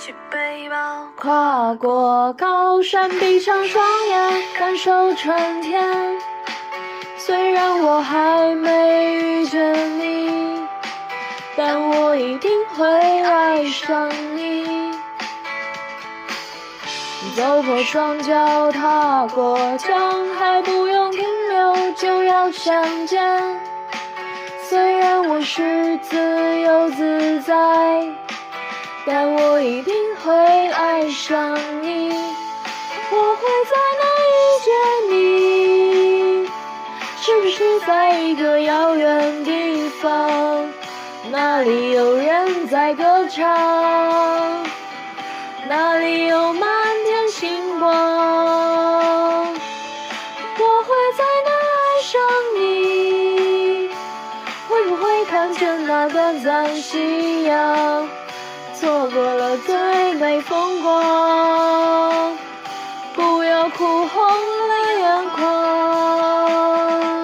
跨过高山，闭上双眼，感受春天。虽然我还没遇见你，但我一定会爱上你。走破双脚，踏过江，还不用停留就要相见。虽然我是自由自在，但我一定会爱上你。我会在哪遇见你？是不是在一个遥远地方，那里有人在歌唱，那里有满天星光。我会在哪爱上你？会不会看见那短暂夕阳，错过了最美风光？不要哭红了眼眶。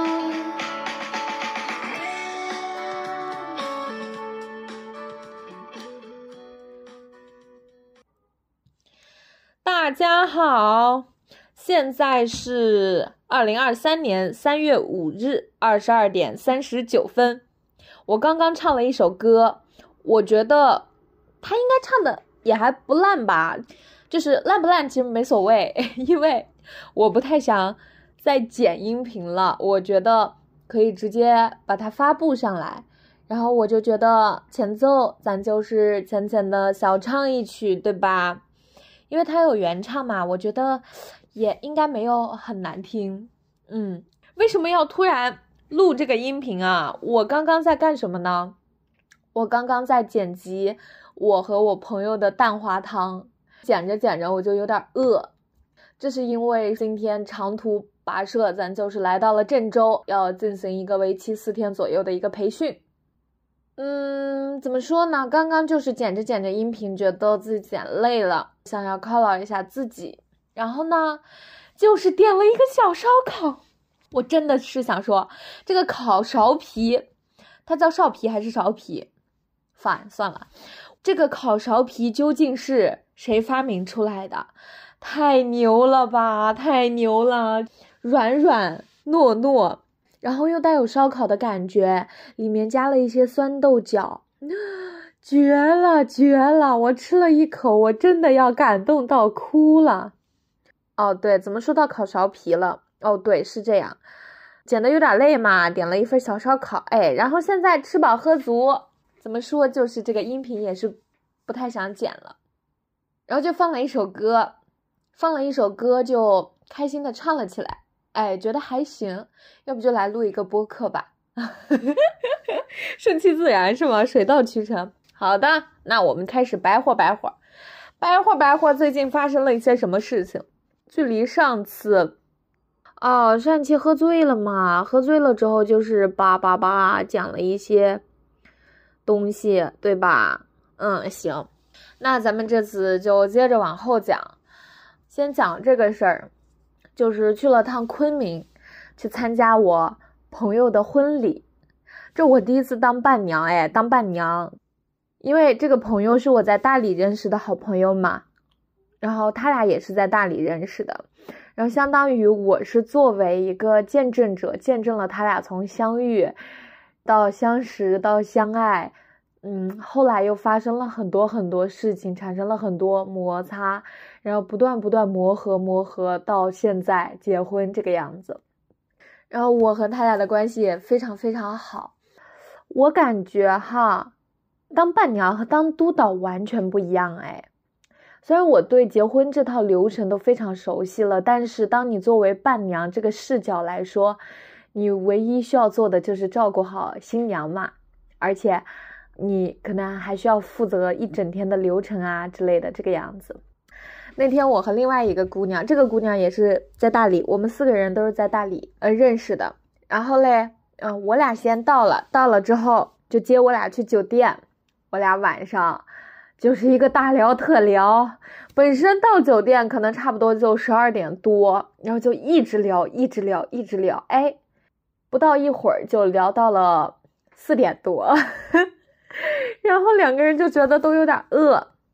大家好，现在是2023年3月5日22点39分。我刚刚唱了一首歌，我觉得他应该唱的也还不烂吧，就是烂不烂其实没所谓，因为我不太想再剪音频了，我觉得可以直接把它发布上来。然后我就觉得前奏咱就是浅浅的小唱一曲，对吧？因为它有原唱嘛，我觉得也应该没有很难听。为什么要突然录这个音频啊？我刚刚在干什么呢？我刚刚在剪辑我和我朋友的蛋花汤，剪着剪着我就有点饿。这是因为今天长途跋涉，咱就是来到了郑州，要进行一个为期4天左右的一个培训。怎么说呢？刚刚就是剪着剪着音频，觉得自己剪累了，想要犒劳一下自己，然后呢，就是点了一个小烧烤。我真的是想说，这个烤苕皮，它叫苕皮还是苕皮？算了，这个烤苕皮究竟是谁发明出来的？太牛了吧，太牛了！软软糯糯，然后又带有烧烤的感觉，里面加了一些酸豆角，绝了绝了！我吃了一口，我真的要感动到哭了。哦对，怎么说到烤苕皮了？哦对，是这样，剪得有点累嘛，点了一份小烧烤，然后现在吃饱喝足，怎么说就是这个音频也是不太想剪了，然后就放了一首歌就开心的唱了起来，觉得还行，要不就来录一个播客吧。顺其自然是吗？水到渠成。好的，那我们开始白活最近发生了一些什么事情。距离上次上期喝醉了嘛，喝醉了之后就是讲了一些东西，对吧？行，那咱们这次就接着往后讲。先讲这个事儿，就是去了趟昆明，去参加我朋友的婚礼。这我第一次当伴娘，因为这个朋友是我在大理认识的好朋友嘛，然后他俩也是在大理认识的，然后相当于我是作为一个见证者，见证了他俩从相遇到相识到相爱。后来又发生了很多很多事情，产生了很多摩擦，然后不断磨合到现在结婚这个样子。然后我和他俩的关系也非常非常好。我感觉当伴娘和当督导完全不一样。虽然我对结婚这套流程都非常熟悉了，但是当你作为伴娘这个视角来说，你唯一需要做的就是照顾好新娘嘛，而且你可能还需要负责一整天的流程啊之类的这个样子。那天我和另外一个姑娘，这个姑娘也是在大理，我们4个人都是在大理认识的。然后嘞，我俩先到了之后就接我俩去酒店，我俩晚上就是一个大聊特聊，本身到酒店可能差不多就12点多，然后就一直聊，不到一会儿就聊到了4点多然后2个人就觉得都有点饿，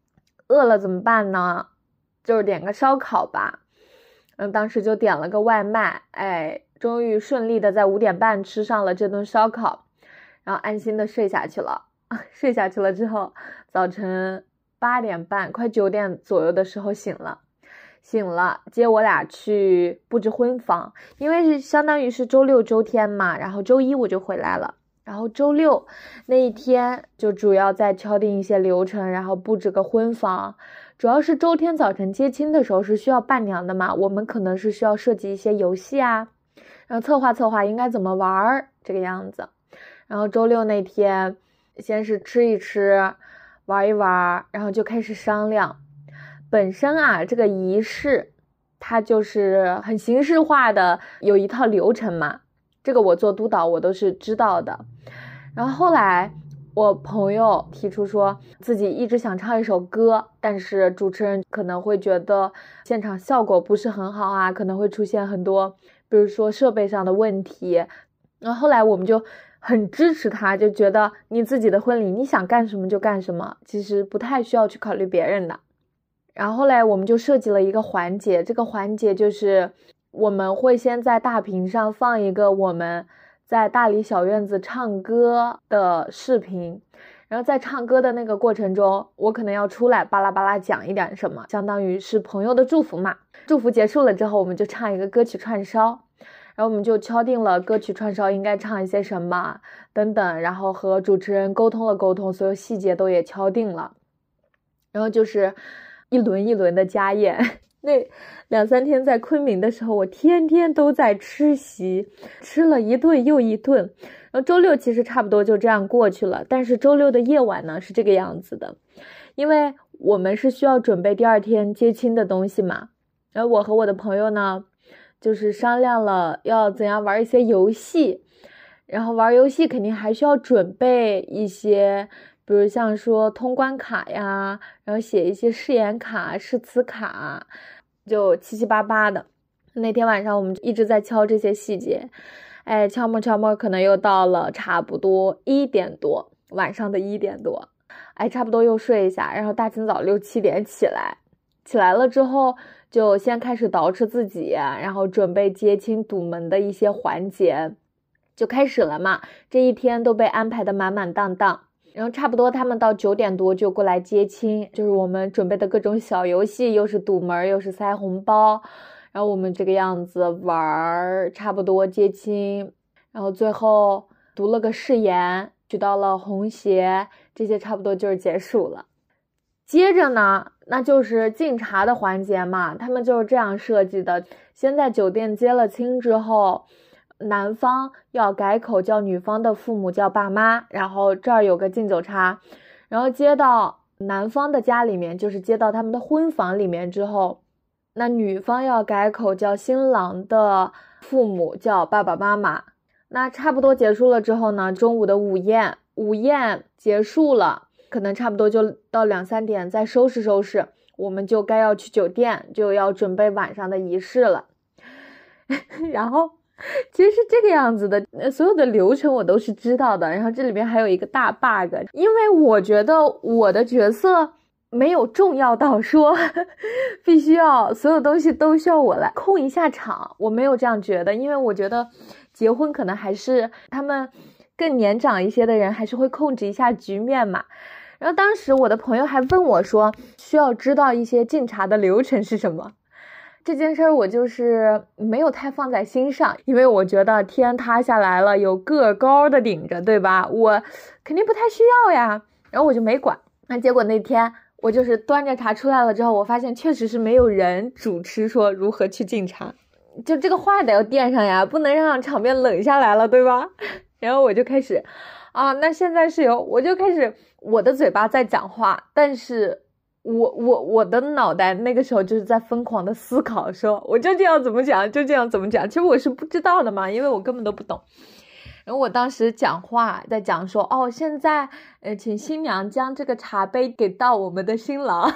饿了怎么办呢？就是点个烧烤吧。当时就点了个外卖，终于顺利的在5点半吃上了这顿烧烤，然后安心的睡下去了。睡下去了之后，早晨8点半快9点左右的时候醒了，接我俩去布置婚房，因为是相当于是周六周天嘛，然后周一我就回来了，然后周六那一天就主要在敲定一些流程，然后布置个婚房。主要是周天早晨接亲的时候是需要伴娘的嘛，我们可能是需要设计一些游戏啊，然后策划应该怎么玩这个样子。然后周六那天先是吃一吃，玩一玩，然后就开始商量。本身啊，这个仪式它就是很形式化的，有一套流程嘛，这个我做督导我都是知道的。然后后来我朋友提出说自己一直想唱一首歌，但是主持人可能会觉得现场效果不是很好啊，可能会出现很多比如说设备上的问题。然后后来我们就很支持他，就觉得你自己的婚礼你想干什么就干什么，其实不太需要去考虑别人的。然后后来我们就设计了一个环节，这个环节就是我们会先在大屏上放一个我们在大理小院子唱歌的视频，然后在唱歌的那个过程中，我可能要出来巴拉巴拉讲一点什么，相当于是朋友的祝福嘛。祝福结束了之后，我们就唱一个歌曲串烧，然后我们就敲定了歌曲串烧应该唱一些什么等等，然后和主持人沟通了沟通，所有细节都也敲定了，然后就是一轮一轮的家宴。那2-3天在昆明的时候，我天天都在吃席，吃了一顿又一顿。然后周六其实差不多就这样过去了，但是周六的夜晚呢是这个样子的，因为我们是需要准备第2天接亲的东西嘛。然后我和我的朋友呢，就是商量了要怎样玩一些游戏，然后玩游戏肯定还需要准备一些，比如像说通关卡呀，然后写一些誓言卡、誓词卡，就七七八八的。那天晚上我们一直在敲这些细节，敲摸可能又到了差不多1点多，晚上的1点多，差不多又睡一下，然后大清早6-7点起来了之后就先开始捯饬自己，然后准备接亲堵门的一些环节就开始了嘛。这一天都被安排的满满当当，然后差不多他们到9点多就过来接亲，就是我们准备的各种小游戏，又是堵门又是塞红包，然后我们这个样子玩差不多接亲，然后最后读了个誓言，举到了红鞋，这些差不多就是结束了。接着呢，那就是敬茶的环节嘛，他们就是这样设计的。先在酒店接了亲之后，男方要改口叫女方的父母叫爸妈，然后这儿有个敬酒茶，然后接到男方的家里面，就是接到他们的婚房里面之后，那女方要改口叫新郎的父母叫爸爸妈妈。那差不多结束了之后呢，中午的午宴结束了，可能差不多就到2-3点再收拾收拾，我们就该要去酒店，就要准备晚上的仪式了。然后其实是这个样子的，所有的流程我都是知道的。然后这里面还有一个大 bug， 因为我觉得我的角色没有重要到说必须要所有东西都需要我来控一下场，我没有这样觉得，因为我觉得结婚可能还是他们更年长一些的人还是会控制一下局面嘛。然后当时我的朋友还问我说需要知道一些敬茶的流程是什么，这件事儿我就是没有太放在心上，因为我觉得天塌下来了有个高的顶着，对吧，我肯定不太需要呀，然后我就没管。那结果那天我就是端着茶出来了之后，我发现确实是没有人主持说如何去敬茶，就这个话得要垫上呀，不能让场面冷下来了，对吧？然后我就开始那现在是我就开始我的嘴巴在讲话，但是我的脑袋那个时候就是在疯狂的思考，说我就这样怎么讲，就这样怎么讲。其实我是不知道的嘛，因为我根本都不懂。然后我当时讲话在讲说现在请新娘将这个茶杯给到我们的新郎。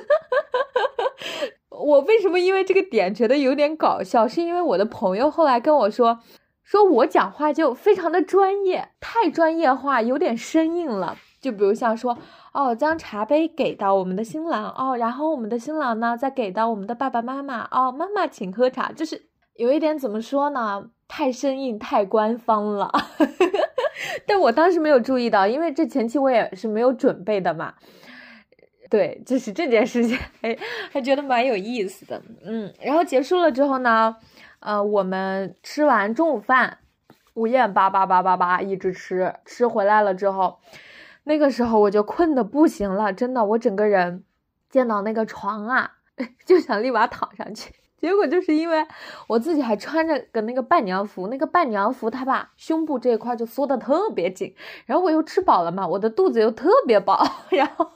我为什么因为这个点觉得有点搞笑，是因为我的朋友后来跟我说我讲话就非常的专业，太专业化，有点生硬了， 就比如像说，哦，将茶杯给到我们的新郎，哦，然后我们的新郎呢再给到我们的爸爸妈妈，哦，妈妈请喝茶，就是有一点怎么说呢，太生硬太官方了。但我当时没有注意到，因为这前期我也是没有准备的嘛。对，就是这件事情还觉得蛮有意思的。然后结束了之后呢，我们吃完中午饭，午宴叭一直吃回来了之后，那个时候我就困得不行了，真的，我整个人见到那个床啊就想立马躺上去。结果就是因为我自己还穿着个那个伴娘服，那个伴娘服它把胸部这一块就缩得特别紧，然后我又吃饱了嘛，我的肚子又特别饱，然后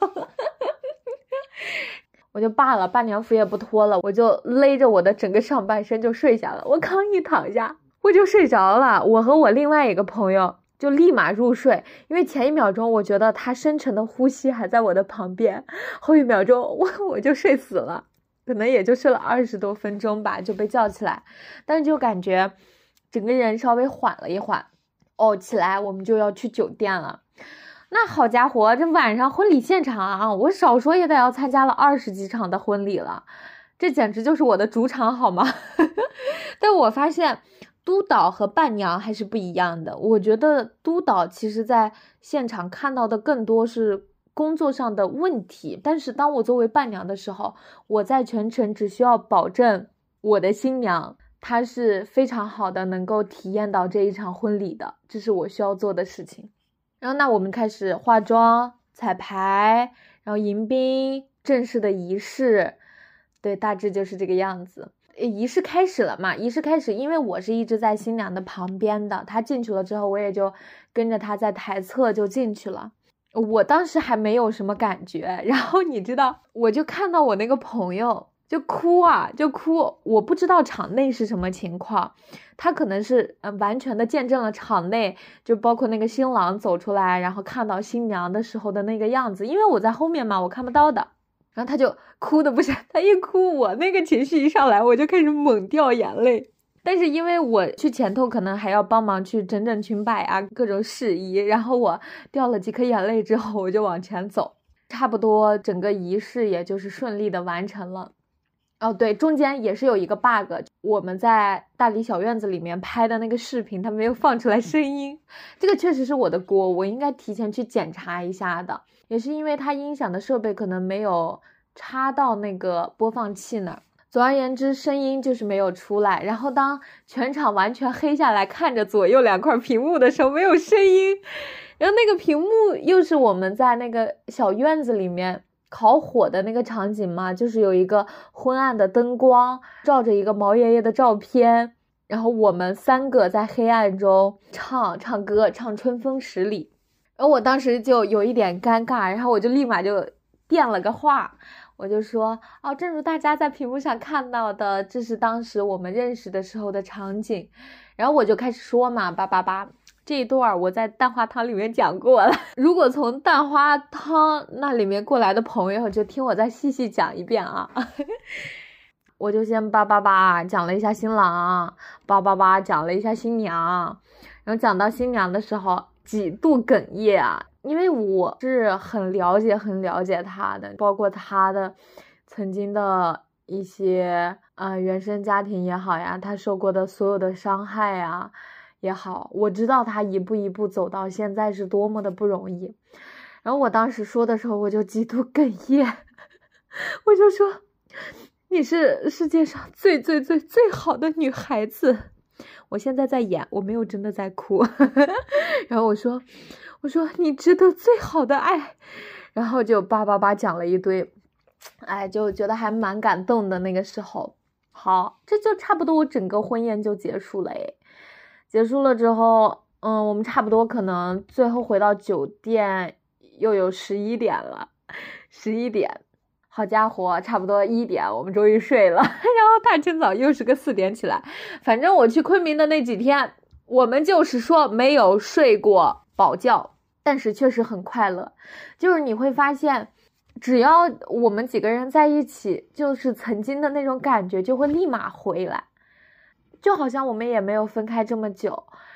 我就罢了，伴娘服也不脱了，我就勒着我的整个上半身就睡下了。我刚一躺下我就睡着了，我和我另外一个朋友就立马入睡，因为前一秒钟我觉得他深沉的呼吸还在我的旁边，后一秒钟我就睡死了，可能也就睡了20多分钟吧，就被叫起来，但是就感觉整个人稍微缓了一缓。起来我们就要去酒店了。那好家伙，这晚上婚礼现场啊，我少说也得要参加了20几场的婚礼了，这简直就是我的主场好吗？但我发现督导和伴娘还是不一样的，我觉得督导其实在现场看到的更多是工作上的问题，但是当我作为伴娘的时候，我在全程只需要保证我的新娘她是非常好的能够体验到这一场婚礼的，这是我需要做的事情。然后那我们开始化妆、彩排，然后迎宾，正式的仪式，对，大致就是这个样子。仪式开始了嘛，仪式开始，因为我是一直在新娘的旁边的，她进去了之后我也就跟着她在台侧就进去了。我当时还没有什么感觉，然后你知道我就看到我那个朋友就哭啊就哭，我不知道场内是什么情况，他可能是完全的见证了场内就包括那个新郎走出来然后看到新娘的时候的那个样子，因为我在后面嘛，我看不到的。然后他就哭的不行，他一哭我那个情绪一上来我就开始猛掉眼泪，但是因为我去前头可能还要帮忙去整整裙摆啊各种事宜，然后我掉了几颗眼泪之后我就往前走，差不多整个仪式也就是顺利的完成了。对，中间也是有一个 bug， 我们在大理小院子里面拍的那个视频它没有放出来声音，这个确实是我的锅，我应该提前去检查一下的，也是因为它音响的设备可能没有插到那个播放器那儿，总而言之声音就是没有出来，然后当全场完全黑下来看着左右2块屏幕的时候没有声音，然后那个屏幕又是我们在那个小院子里面烤火的那个场景嘛，就是有一个昏暗的灯光照着一个毛爷爷的照片，然后我们3个在黑暗中唱歌，唱春风十里，然后我当时就有一点尴尬，然后我就立马就变了个话，我就说正如大家在屏幕上看到的，这是当时我们认识的时候的场景，然后我就开始说嘛，这一段我在蛋花汤里面讲过了，如果从蛋花汤那里面过来的朋友就听我再细细讲一遍啊。我就先讲了一下新郎，讲了一下新娘，然后讲到新娘的时候几度哽咽啊，因为我是很了解她的，包括她的曾经的一些原生家庭也好呀，她受过的所有的伤害啊也好，我知道他一步一步走到现在是多么的不容易。然后我当时说的时候我就极度哽咽，我就说你是世界上最好的女孩子，我现在在演，我没有真的在哭。然后我说你值得最好的爱，然后就讲了一堆，就觉得还蛮感动的。那个时候好，这就差不多我整个婚宴就结束了。结束了之后我们差不多可能最后回到酒店又有11点了，11点，好家伙，差不多1点我们终于睡了。然后大清早又是个4点起来，反正我去昆明的那几天我们就是说没有睡过饱觉，但是确实很快乐，就是你会发现只要我们几个人在一起，就是曾经的那种感觉就会立马回来，就好像我们也没有分开这么久。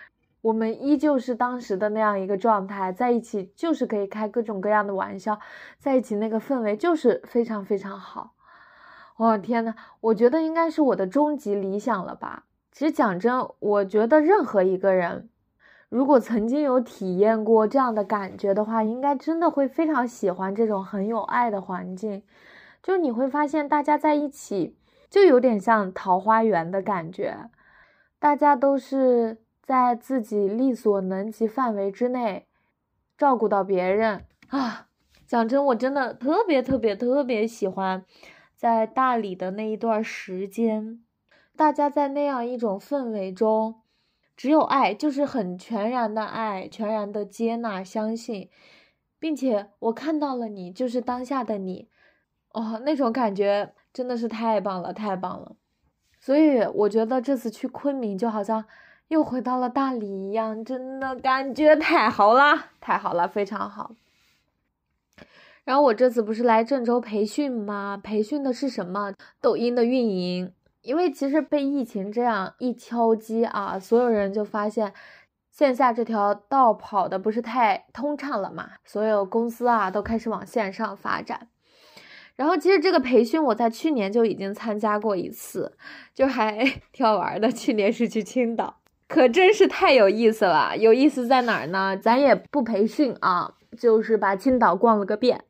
我们依旧是当时的那样一个状态，在一起就是可以开各种各样的玩笑，在一起那个氛围就是非常非常好。天呐，我觉得应该是我的终极理想了吧。其实讲真，我觉得任何一个人如果曾经有体验过这样的感觉的话，应该真的会非常喜欢这种很有爱的环境。就你会发现大家在一起就有点像桃花源的感觉，大家都是在自己力所能及范围之内照顾到别人啊。讲真，我真的特别喜欢在大理的那一段时间，大家在那样一种氛围中，只有爱，就是很全然的爱，全然的接纳相信，并且我看到了你就是当下的你，那种感觉真的是太棒了。所以我觉得这次去昆明就好像又回到了大理一样，真的感觉太好了，非常好。然后我这次不是来郑州培训吗？培训的是什么？抖音的运营。因为其实被疫情这样一敲击啊，所有人就发现线下这条道跑的不是太通畅了嘛，所有公司啊都开始往线上发展。然后其实这个培训我在去年就已经参加过一次，就还挺好玩的。去年是去青岛，可真是太有意思了。有意思在哪儿呢？咱也不培训啊，就是把青岛逛了个遍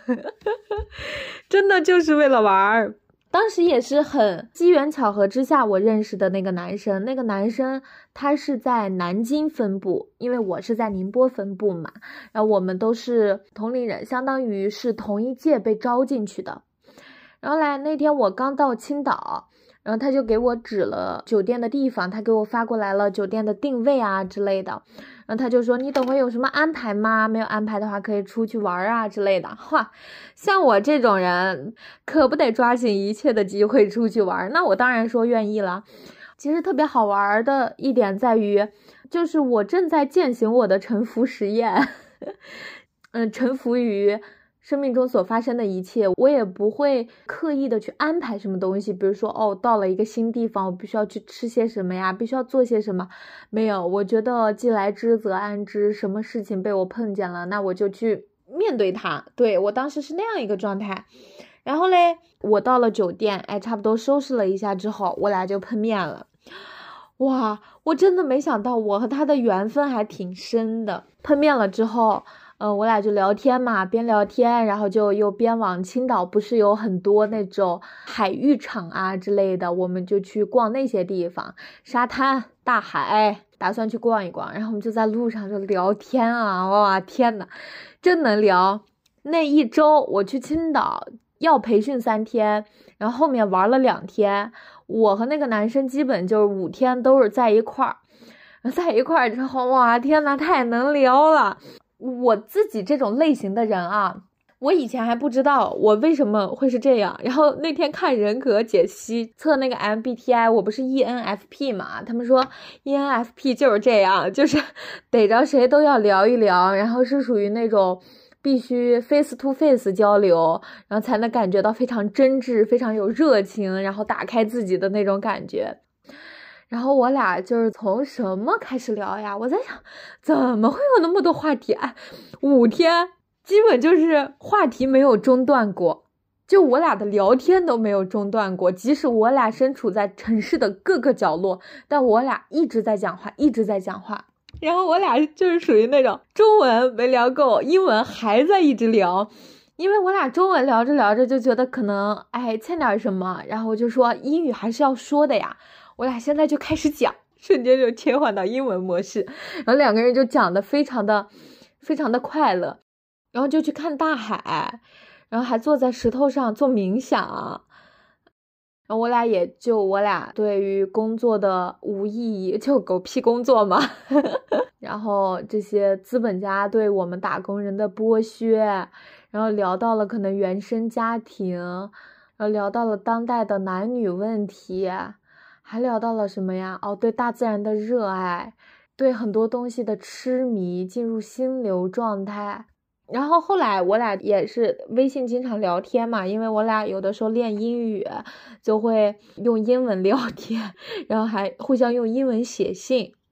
真的就是为了玩。当时也是很机缘巧合之下我认识的那个男生他是在南京分部，因为我是在宁波分部嘛，然后我们都是同龄人，相当于是同一届被招进去的。然后那天我刚到青岛，然后他就给我指了酒店的地方，他给我发过来了酒店的定位啊之类的，然后他就说你等会有什么安排吗？没有安排的话可以出去玩啊之类的。像我这种人可不得抓紧一切的机会出去玩，那我当然说愿意了。其实特别好玩的一点在于，就是我正在践行我的臣服实验臣服于生命中所发生的一切，我也不会刻意的去安排什么东西，比如说到了一个新地方我必须要去吃些什么呀，必须要做些什么，没有。我觉得既来之则安之，什么事情被我碰见了，那我就去面对它。对，我当时是那样一个状态。然后嘞，我到了酒店，差不多收拾了一下之后，我俩就碰面了。哇，我真的没想到我和他的缘分还挺深的。碰面了之后我俩就聊天嘛，边聊天然后就又边往青岛，不是有很多那种海浴场啊之类的，我们就去逛那些地方，沙滩大海，打算去逛一逛。然后我们就在路上就聊天啊，哇天哪，真能聊。那一周我去青岛要培训3天，然后后面玩了2天，我和那个男生基本就是5天都是在一块儿之后，哇天哪，太能聊了。我自己这种类型的人啊，我以前还不知道我为什么会是这样。然后那天看人格解析测那个 MBTI， 我不是 ENFP 嘛，他们说 ENFP 就是这样，就是逮着谁都要聊一聊，然后是属于那种必须 face to face 交流，然后才能感觉到非常真挚，非常有热情，然后打开自己的那种感觉。然后我俩就是从什么开始聊呀？我在想，怎么会有那么多话题？5天基本就是话题没有中断过，就我俩的聊天都没有中断过。即使我俩身处在城市的各个角落，但我俩一直在讲话。然后我俩就是属于那种中文没聊够，英文还在一直聊。因为我俩中文聊着聊着就觉得可能欠点什么，然后我就说英语还是要说的呀。我俩现在就开始讲，瞬间就切换到英文模式，然后2个人就讲的非常的快乐，然后就去看大海，然后还坐在石头上做冥想。然后我俩对于工作的无意义，就狗屁工作嘛然后这些资本家对我们打工人的剥削，然后聊到了可能原生家庭，然后聊到了当代的男女问题，还聊到了什么呀？对大自然的热爱，对很多东西的痴迷，进入心流状态。然后后来我俩也是微信经常聊天嘛，因为我俩有的时候练英语就会用英文聊天，然后还互相用英文写信。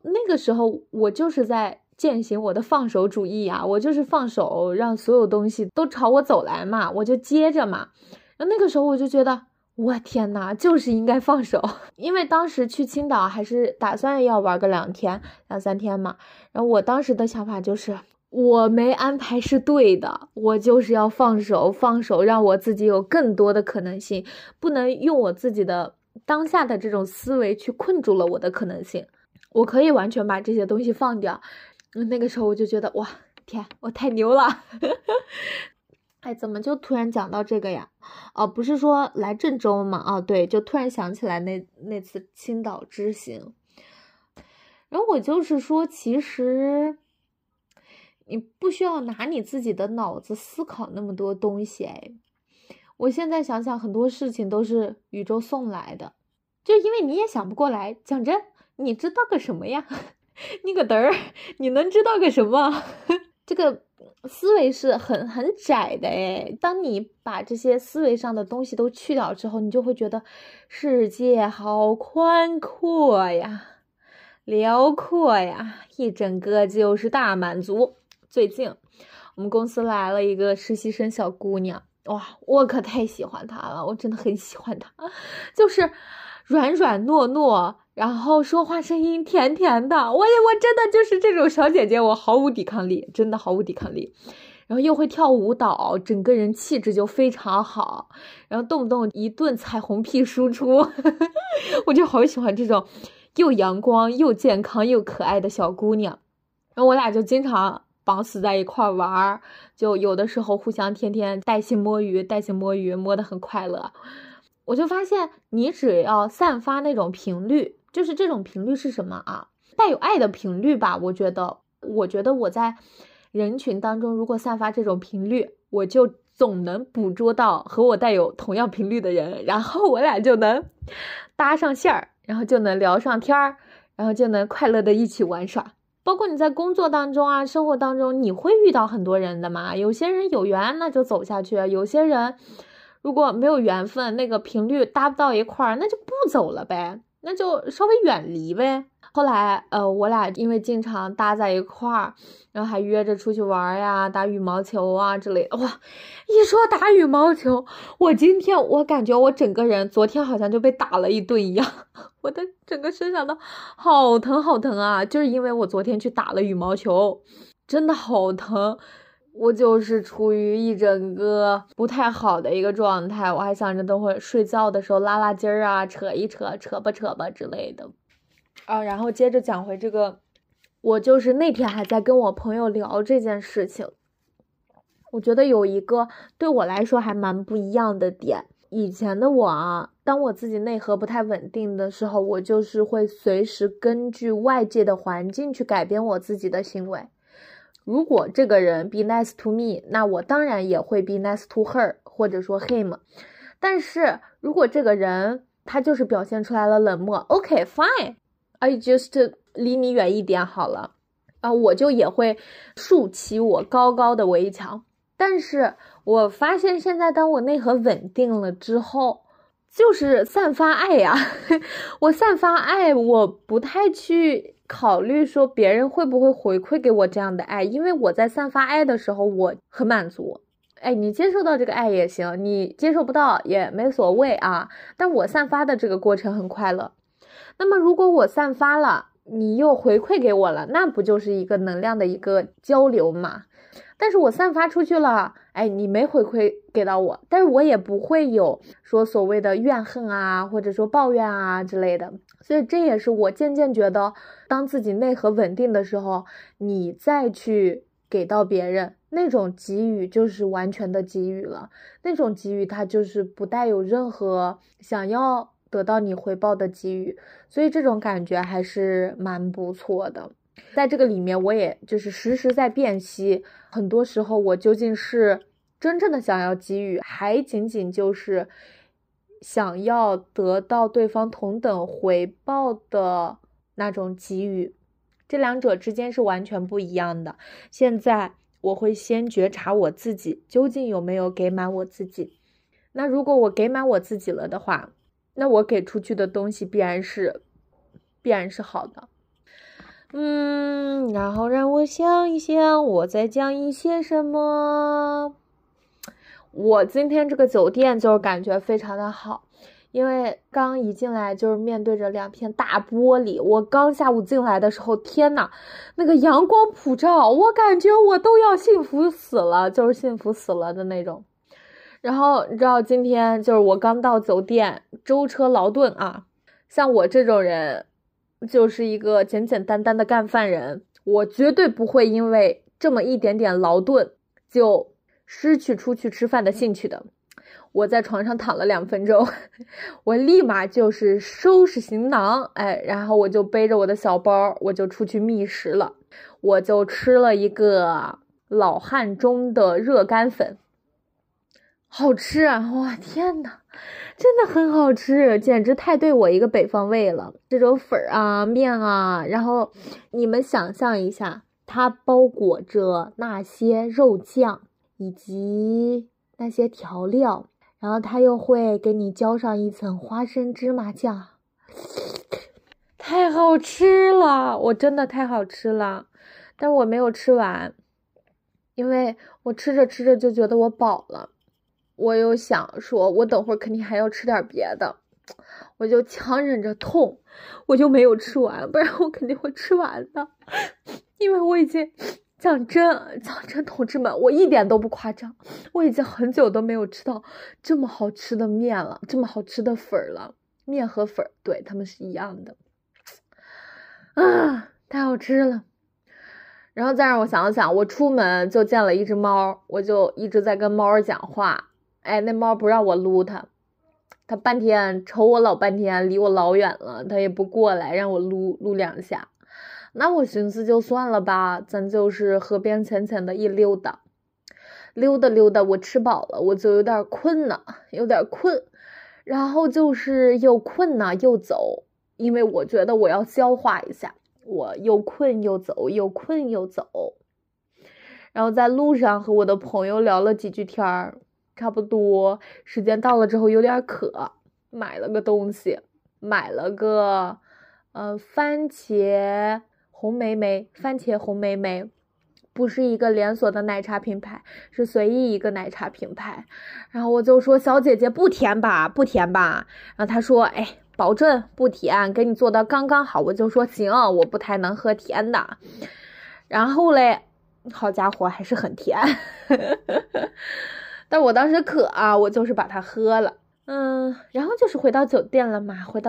那个时候我就是在践行我的放手主义呀，我就是放手，让所有东西都朝我走来嘛，我就接着嘛。然后那个时候我就觉得，我天呐，就是应该放手，因为当时去青岛还是打算要玩个2天、2、3天嘛。然后我当时的想法就是，我没安排是对的，我就是要放手，放手，让我自己有更多的可能性，不能用我自己的当下的这种思维去困住了我的可能性。我可以完全把这些东西放掉。那个时候我就觉得，哇，天，我太牛了。哎，怎么就突然讲到这个呀？不是说来郑州嘛？对，就突然想起来那次青岛之行。然后我就是说，其实你不需要拿你自己的脑子思考那么多东西。哎，我现在想想，很多事情都是宇宙送来的，就因为你也想不过来。讲真，你知道个什么呀？你个嘚儿，你能知道个什么？这个思维是很窄的哎。当你把这些思维上的东西都去掉之后，你就会觉得世界好宽阔呀，辽阔呀，一整个就是大满足。最近我们公司来了一个实习生小姑娘，哇，我可太喜欢她了，我真的很喜欢她，就是软软糯糯，然后说话声音甜甜的，我真的就是这种小姐姐，我毫无抵抗力，真的毫无抵抗力。然后又会跳舞蹈，整个人气质就非常好，然后动不动一顿彩虹屁输出我就好喜欢这种又阳光又健康又可爱的小姑娘。然后我俩就经常绑死在一块玩，就有的时候互相天天带薪摸鱼，摸得很快乐。我就发现你只要散发那种频率，就是这种频率是什么啊？带有爱的频率吧。我觉得我在人群当中如果散发这种频率，我就总能捕捉到和我带有同样频率的人，然后我俩就能搭上线儿，然后就能聊上天儿，然后就能快乐的一起玩耍。包括你在工作当中啊，生活当中，你会遇到很多人的嘛。有些人有缘那就走下去，有些人如果没有缘分，那个频率搭不到一块儿，那就不走了呗，那就稍微远离呗。后来我俩因为经常搭在一块儿，然后还约着出去玩呀，打羽毛球啊之类的。哇，一说打羽毛球，我感觉我整个人昨天好像就被打了一顿一样，我的整个身上都好疼好疼啊，就是因为我昨天去打了羽毛球，真的好疼。我就是处于一整个不太好的一个状态，我还想着等会儿睡觉的时候拉拉筋儿啊，扯一扯，扯吧之类的。然后接着讲回这个，我就是那天还在跟我朋友聊这件事情，我觉得有一个对我来说还蛮不一样的点。以前的我啊，当我自己内核不太稳定的时候，我就是会随时根据外界的环境去改变我自己的行为。如果这个人 be nice to me， 那我当然也会 be nice to her 或者说 him。 但是如果这个人他就是表现出来了冷漠， OK fine， I just 离你远一点好了我就也会竖起我高高的围墙。但是我发现现在当我内核稳定了之后，就是散发爱呀我散发爱，我不太去考虑说别人会不会回馈给我这样的爱，因为我在散发爱的时候我很满足。你接受到这个爱也行，你接受不到也没所谓啊，但我散发的这个过程很快乐。那么如果我散发了，你又回馈给我了，那不就是一个能量的一个交流嘛？但是我散发出去了，你没回馈给到我，但是我也不会有说所谓的怨恨啊，或者说抱怨啊之类的。所以这也是我渐渐觉得，当自己内核稳定的时候，你再去给到别人那种给予，就是完全的给予了。那种给予它就是不带有任何想要得到你回报的给予，所以这种感觉还是蛮不错的。在这个里面我也就是时时在辨析，很多时候我究竟是真正的想要给予，还仅仅就是想要得到对方同等回报的那种给予，这两者之间是完全不一样的。现在我会先觉察我自己究竟有没有给满我自己，那如果我给满我自己了的话，那我给出去的东西必然是好的。 然后让我想一想，我在讲一些什么。我今天这个酒店就是感觉非常的好，因为刚一进来就是面对着2片大玻璃。我刚下午进来的时候，天呐，那个阳光普照，我感觉我都要幸福死了，就是幸福死了的那种。然后你知道今天就是我刚到酒店，舟车劳顿啊，像我这种人就是一个简简单单的干饭人，我绝对不会因为这么一点点劳顿就失去出去吃饭的兴趣的。我在床上躺了2分钟，我立马就是收拾行囊，然后我就背着我的小包，我就出去觅食了。我就吃了一个老汉中的热干粉，好吃啊！哇，天哪，真的很好吃，简直太对我一个北方胃了。这种粉啊、面啊，然后你们想象一下，它包裹着那些肉酱以及那些调料，然后它又会给你浇上一层花生芝麻酱，太好吃了，我真的太好吃了。但我没有吃完，因为我吃着吃着就觉得我饱了。我又想说，我等会儿肯定还要吃点别的，我就强忍着痛，我就没有吃完，不然我肯定会吃完的。因为我已经讲真，同志们，我一点都不夸张，我已经很久都没有吃到这么好吃的面了，这么好吃的粉了。面和粉，对，它们是一样的啊，太好吃了。然后再让我想想，我出门就见了一只猫，我就一直在跟猫讲话。那猫不让我撸它，它半天瞅我老半天，离我老远了，它也不过来让我撸2下。那我寻思就算了吧，咱就是河边浅浅的一溜达，溜达，我吃饱了，我就有点困呢，然后就是又困呢又走，因为我觉得我要消化一下，我又困又走，然后在路上和我的朋友聊了几句天儿。差不多时间到了之后有点渴，买了个东西，买了个番茄红莓莓，不是一个连锁的奶茶品牌，是随意一个奶茶品牌。然后我就说小姐姐不甜吧，然后她说保证不甜，给你做的刚刚好。我就说行，我不太能喝甜的。然后嘞，好家伙，还是很甜。但我当时渴啊，我就是把它喝了。然后就是回到酒店了，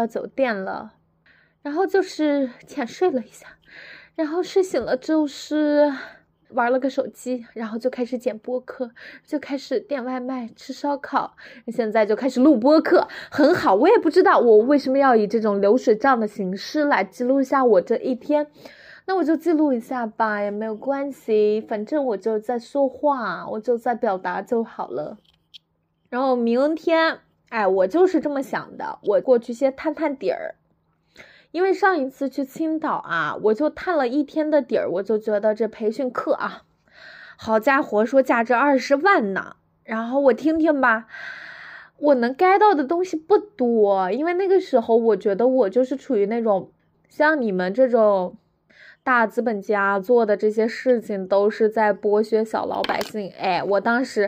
然后就是浅睡了一下，然后睡醒了就是玩了个手机，然后就开始剪播客，就开始点外卖，吃烧烤，现在就开始录播客，很好。我也不知道我为什么要以这种流水账的形式来记录一下我这一天，那我就记录一下吧，也没有关系，反正我就在说话，我就在表达就好了。然后明天，我就是这么想的，我过去先探探底儿，因为上一次去青岛啊，我就探了1天的底儿，我就觉得这培训课啊，好家伙，说价值20万呢，然后我听听吧。我能 get 到的东西不多，因为那个时候我觉得我就是处于那种像你们这种大资本家做的这些事情都是在剥削小老百姓。我当时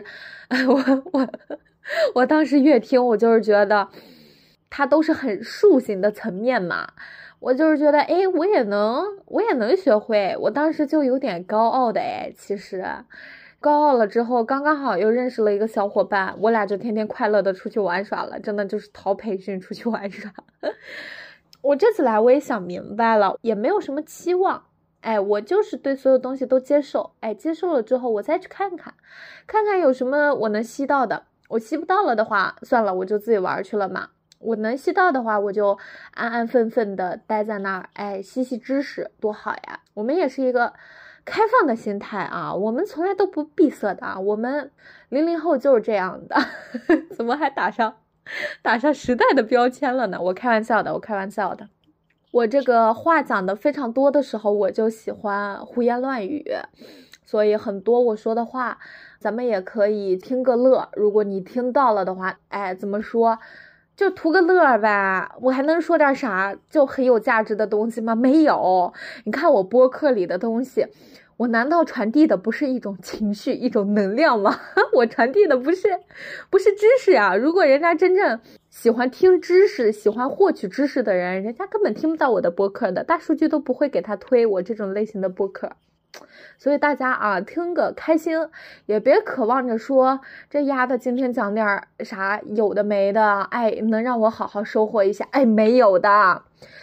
我当时越听我就是觉得它都是很术型的层面嘛，我就是觉得我也能学会。我当时就有点高傲的其实高傲了之后刚刚好又认识了一个小伙伴，我俩就天天快乐的出去玩耍了，真的就是逃培训出去玩耍。我这次来我也想明白了，也没有什么期望，我就是对所有东西都接受，接受了之后我再去看看有什么我能吸到的，我吸不到了的话算了，我就自己玩去了嘛。我能吸到的话我就安安分分的待在那儿，吸知识多好呀。我们也是一个开放的心态啊，我们从来都不闭塞的啊，我们00后就是这样的。怎么还打上时代的标签了呢？我开玩笑的。我这个话讲的非常多的时候，我就喜欢胡言乱语，所以很多我说的话，咱们也可以听个乐。如果你听到了的话，怎么说？ 就图个乐儿呗，我还能说点啥就很有价值的东西吗？没有。你看我播客里的东西，我难道传递的不是一种情绪、一种能量吗？我传递的不是知识呀。如果人家真正喜欢听知识、喜欢获取知识的人，人家根本听不到我的播客的，大数据都不会给他推我这种类型的播客。所以大家啊，听个开心，也别渴望着说这丫的今天讲点啥有的没的，哎，能让我好好收获一下，哎，没有的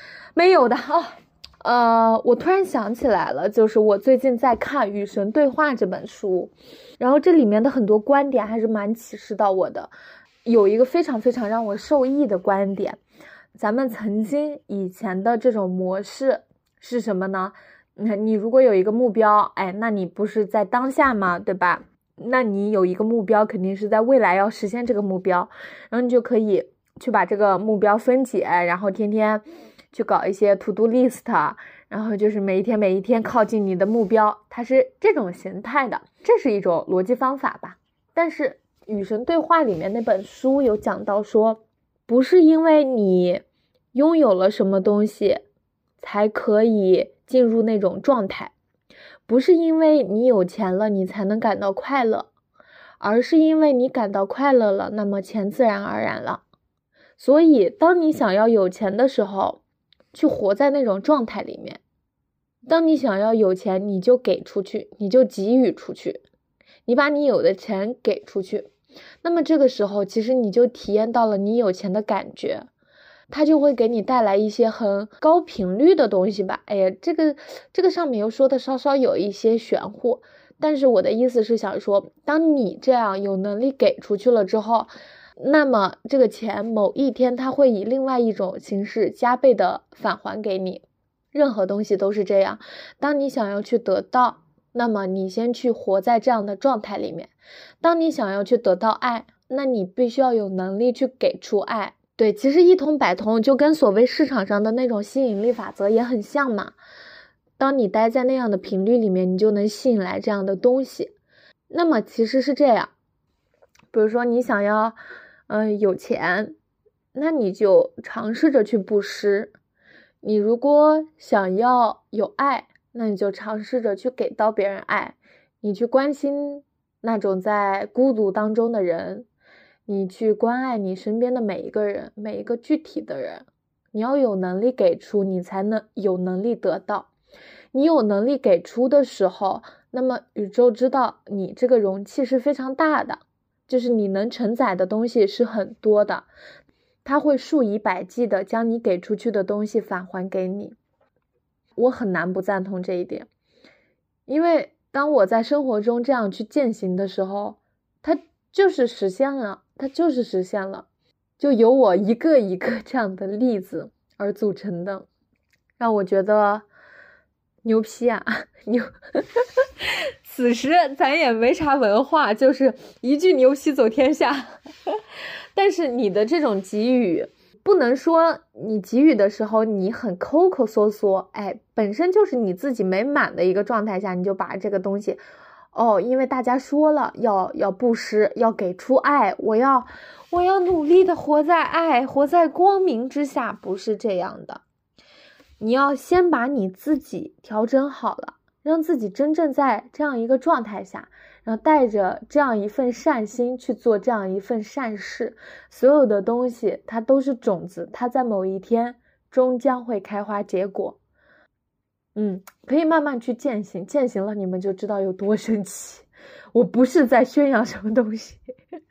我突然想起来了，就是我最近在看《与神对话》这本书，然后这里面的很多观点还是蛮启示到我的。有一个非常非常让我受益的观点，咱们曾经以前的这种模式是什么呢？你如果有一个目标，哎，那你不是在当下吗？对吧？那你有一个目标，肯定是在未来要实现这个目标，然后你就可以去把这个目标分解，然后天天去搞一些 to do list， 然后就是每一天靠近你的目标，它是这种形态的，这是一种逻辑方法吧。但是《与神对话》里面那本书有讲到说，不是因为你拥有了什么东西才可以进入那种状态，不是因为你有钱了你才能感到快乐，而是因为你感到快乐了，那么钱自然而然了。所以当你想要有钱的时候，去活在那种状态里面，当你想要有钱，你就给出去，你就给予出去，你把你有的钱给出去，那么这个时候其实你就体验到了你有钱的感觉，它就会给你带来一些很高频率的东西吧。哎呀，这个上面又说的稍稍有一些玄乎，但是我的意思是想说，当你这样有能力给出去了之后，那么这个钱某一天它会以另外一种形式加倍的返还给你。任何东西都是这样，当你想要去得到，那么你先去活在这样的状态里面。当你想要去得到爱，那你必须要有能力去给出爱。对，其实一通百通，就跟所谓市场上的那种吸引力法则也很像嘛。当你待在那样的频率里面，你就能吸引来这样的东西。那么其实是这样，比如说你想要有钱，那你就尝试着去布施。你如果想要有爱，那你就尝试着去给到别人爱，你去关心那种在孤独当中的人，你去关爱你身边的每一个人，每一个具体的人。你要有能力给出，你才能有能力得到。你有能力给出的时候，那么宇宙知道你这个容器是非常大的，就是你能承载的东西是很多的，它会数以百计的将你给出去的东西返还给你。我很难不赞同这一点，因为当我在生活中这样去践行的时候，它就是实现了，就由我一个一个这样的例子而组成的，让我觉得牛批啊，牛！此时咱也没啥文化，就是一句牛批走天下。但是你的这种给予，不能说你给予的时候你很抠抠缩缩，哎，本身就是你自己没满的一个状态下，你就把这个东西，因为大家说了要布施，要给出爱，我要努力的活在爱，活在光明之下，不是这样的。你要先把你自己调整好了，让自己真正在这样一个状态下，然后带着这样一份善心去做这样一份善事，所有的东西它都是种子，它在某一天终将会开花结果。可以慢慢去践行，践行了你们就知道有多神奇。我不是在宣扬什么东西，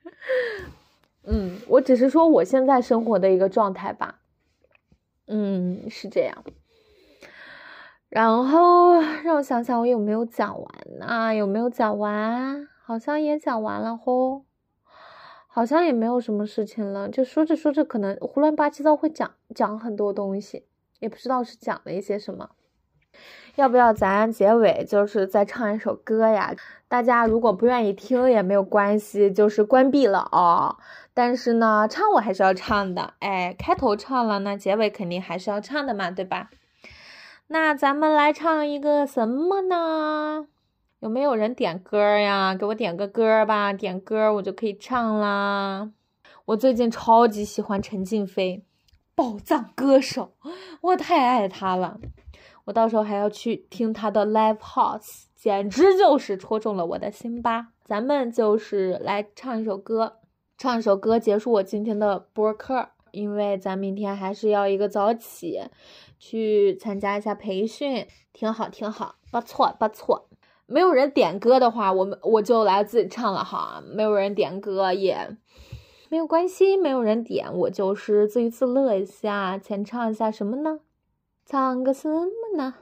我只是说我现在生活的一个状态吧。是这样。然后让我想想，我有没有讲完呢？有没有讲完？好像也讲完了吼，好像也没有什么事情了。就说着说着，可能胡乱八七糟会讲很多东西，也不知道是讲了一些什么。要不要咱结尾就是再唱一首歌呀？大家如果不愿意听也没有关系，就是关闭了哦。但是呢，唱我还是要唱的，哎，开头唱了，那结尾肯定还是要唱的嘛，对吧？那咱们来唱一个什么呢？有没有人点歌呀？给我点个歌吧，点歌我就可以唱啦。 我最近超级喜欢陈静飞，宝藏歌手，我太爱他了。我到时候还要去听他的 live house， 简直就是戳中了我的心吧。咱们就是来唱一首歌结束我今天的播客，因为咱明天还是要一个早起去参加一下培训，挺好，不错。没有人点歌的话，我就来自己唱了哈。没有人点歌也没有关系，没有人点，我就是自娱自乐一下，前唱一下什么呢？唱个什么呢？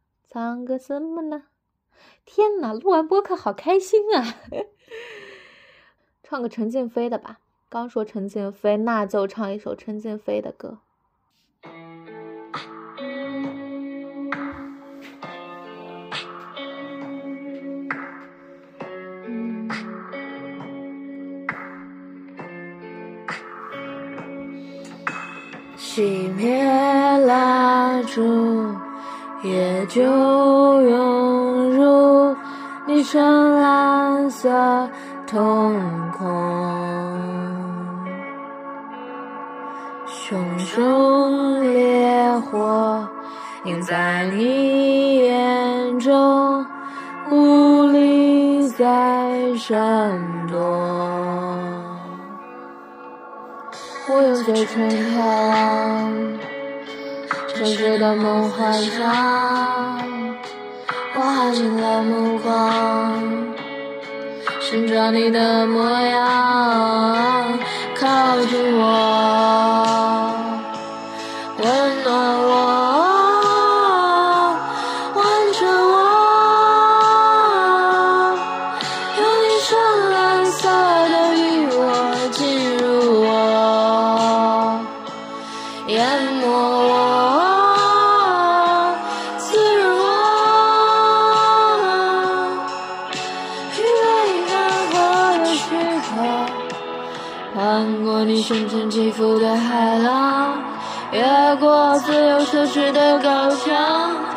天哪，录完播客好开心啊！唱个陈静飞的吧，刚说陈静飞，那就唱一首陈静飞的歌。 熄灭蜡烛，夜就涌入你深蓝色瞳孔，熊熊烈火映在你眼中，无力再闪躲。我用嘴唇眺望城市的梦幻想，我含进了目光，寻找你的模样，靠近我，温暖我，完成我，用你深蓝色的雨我进入我，淹没我，滋润我，预备干涸的躯壳，穿过你胸前起伏的海浪，越过自由奢侈的高墙。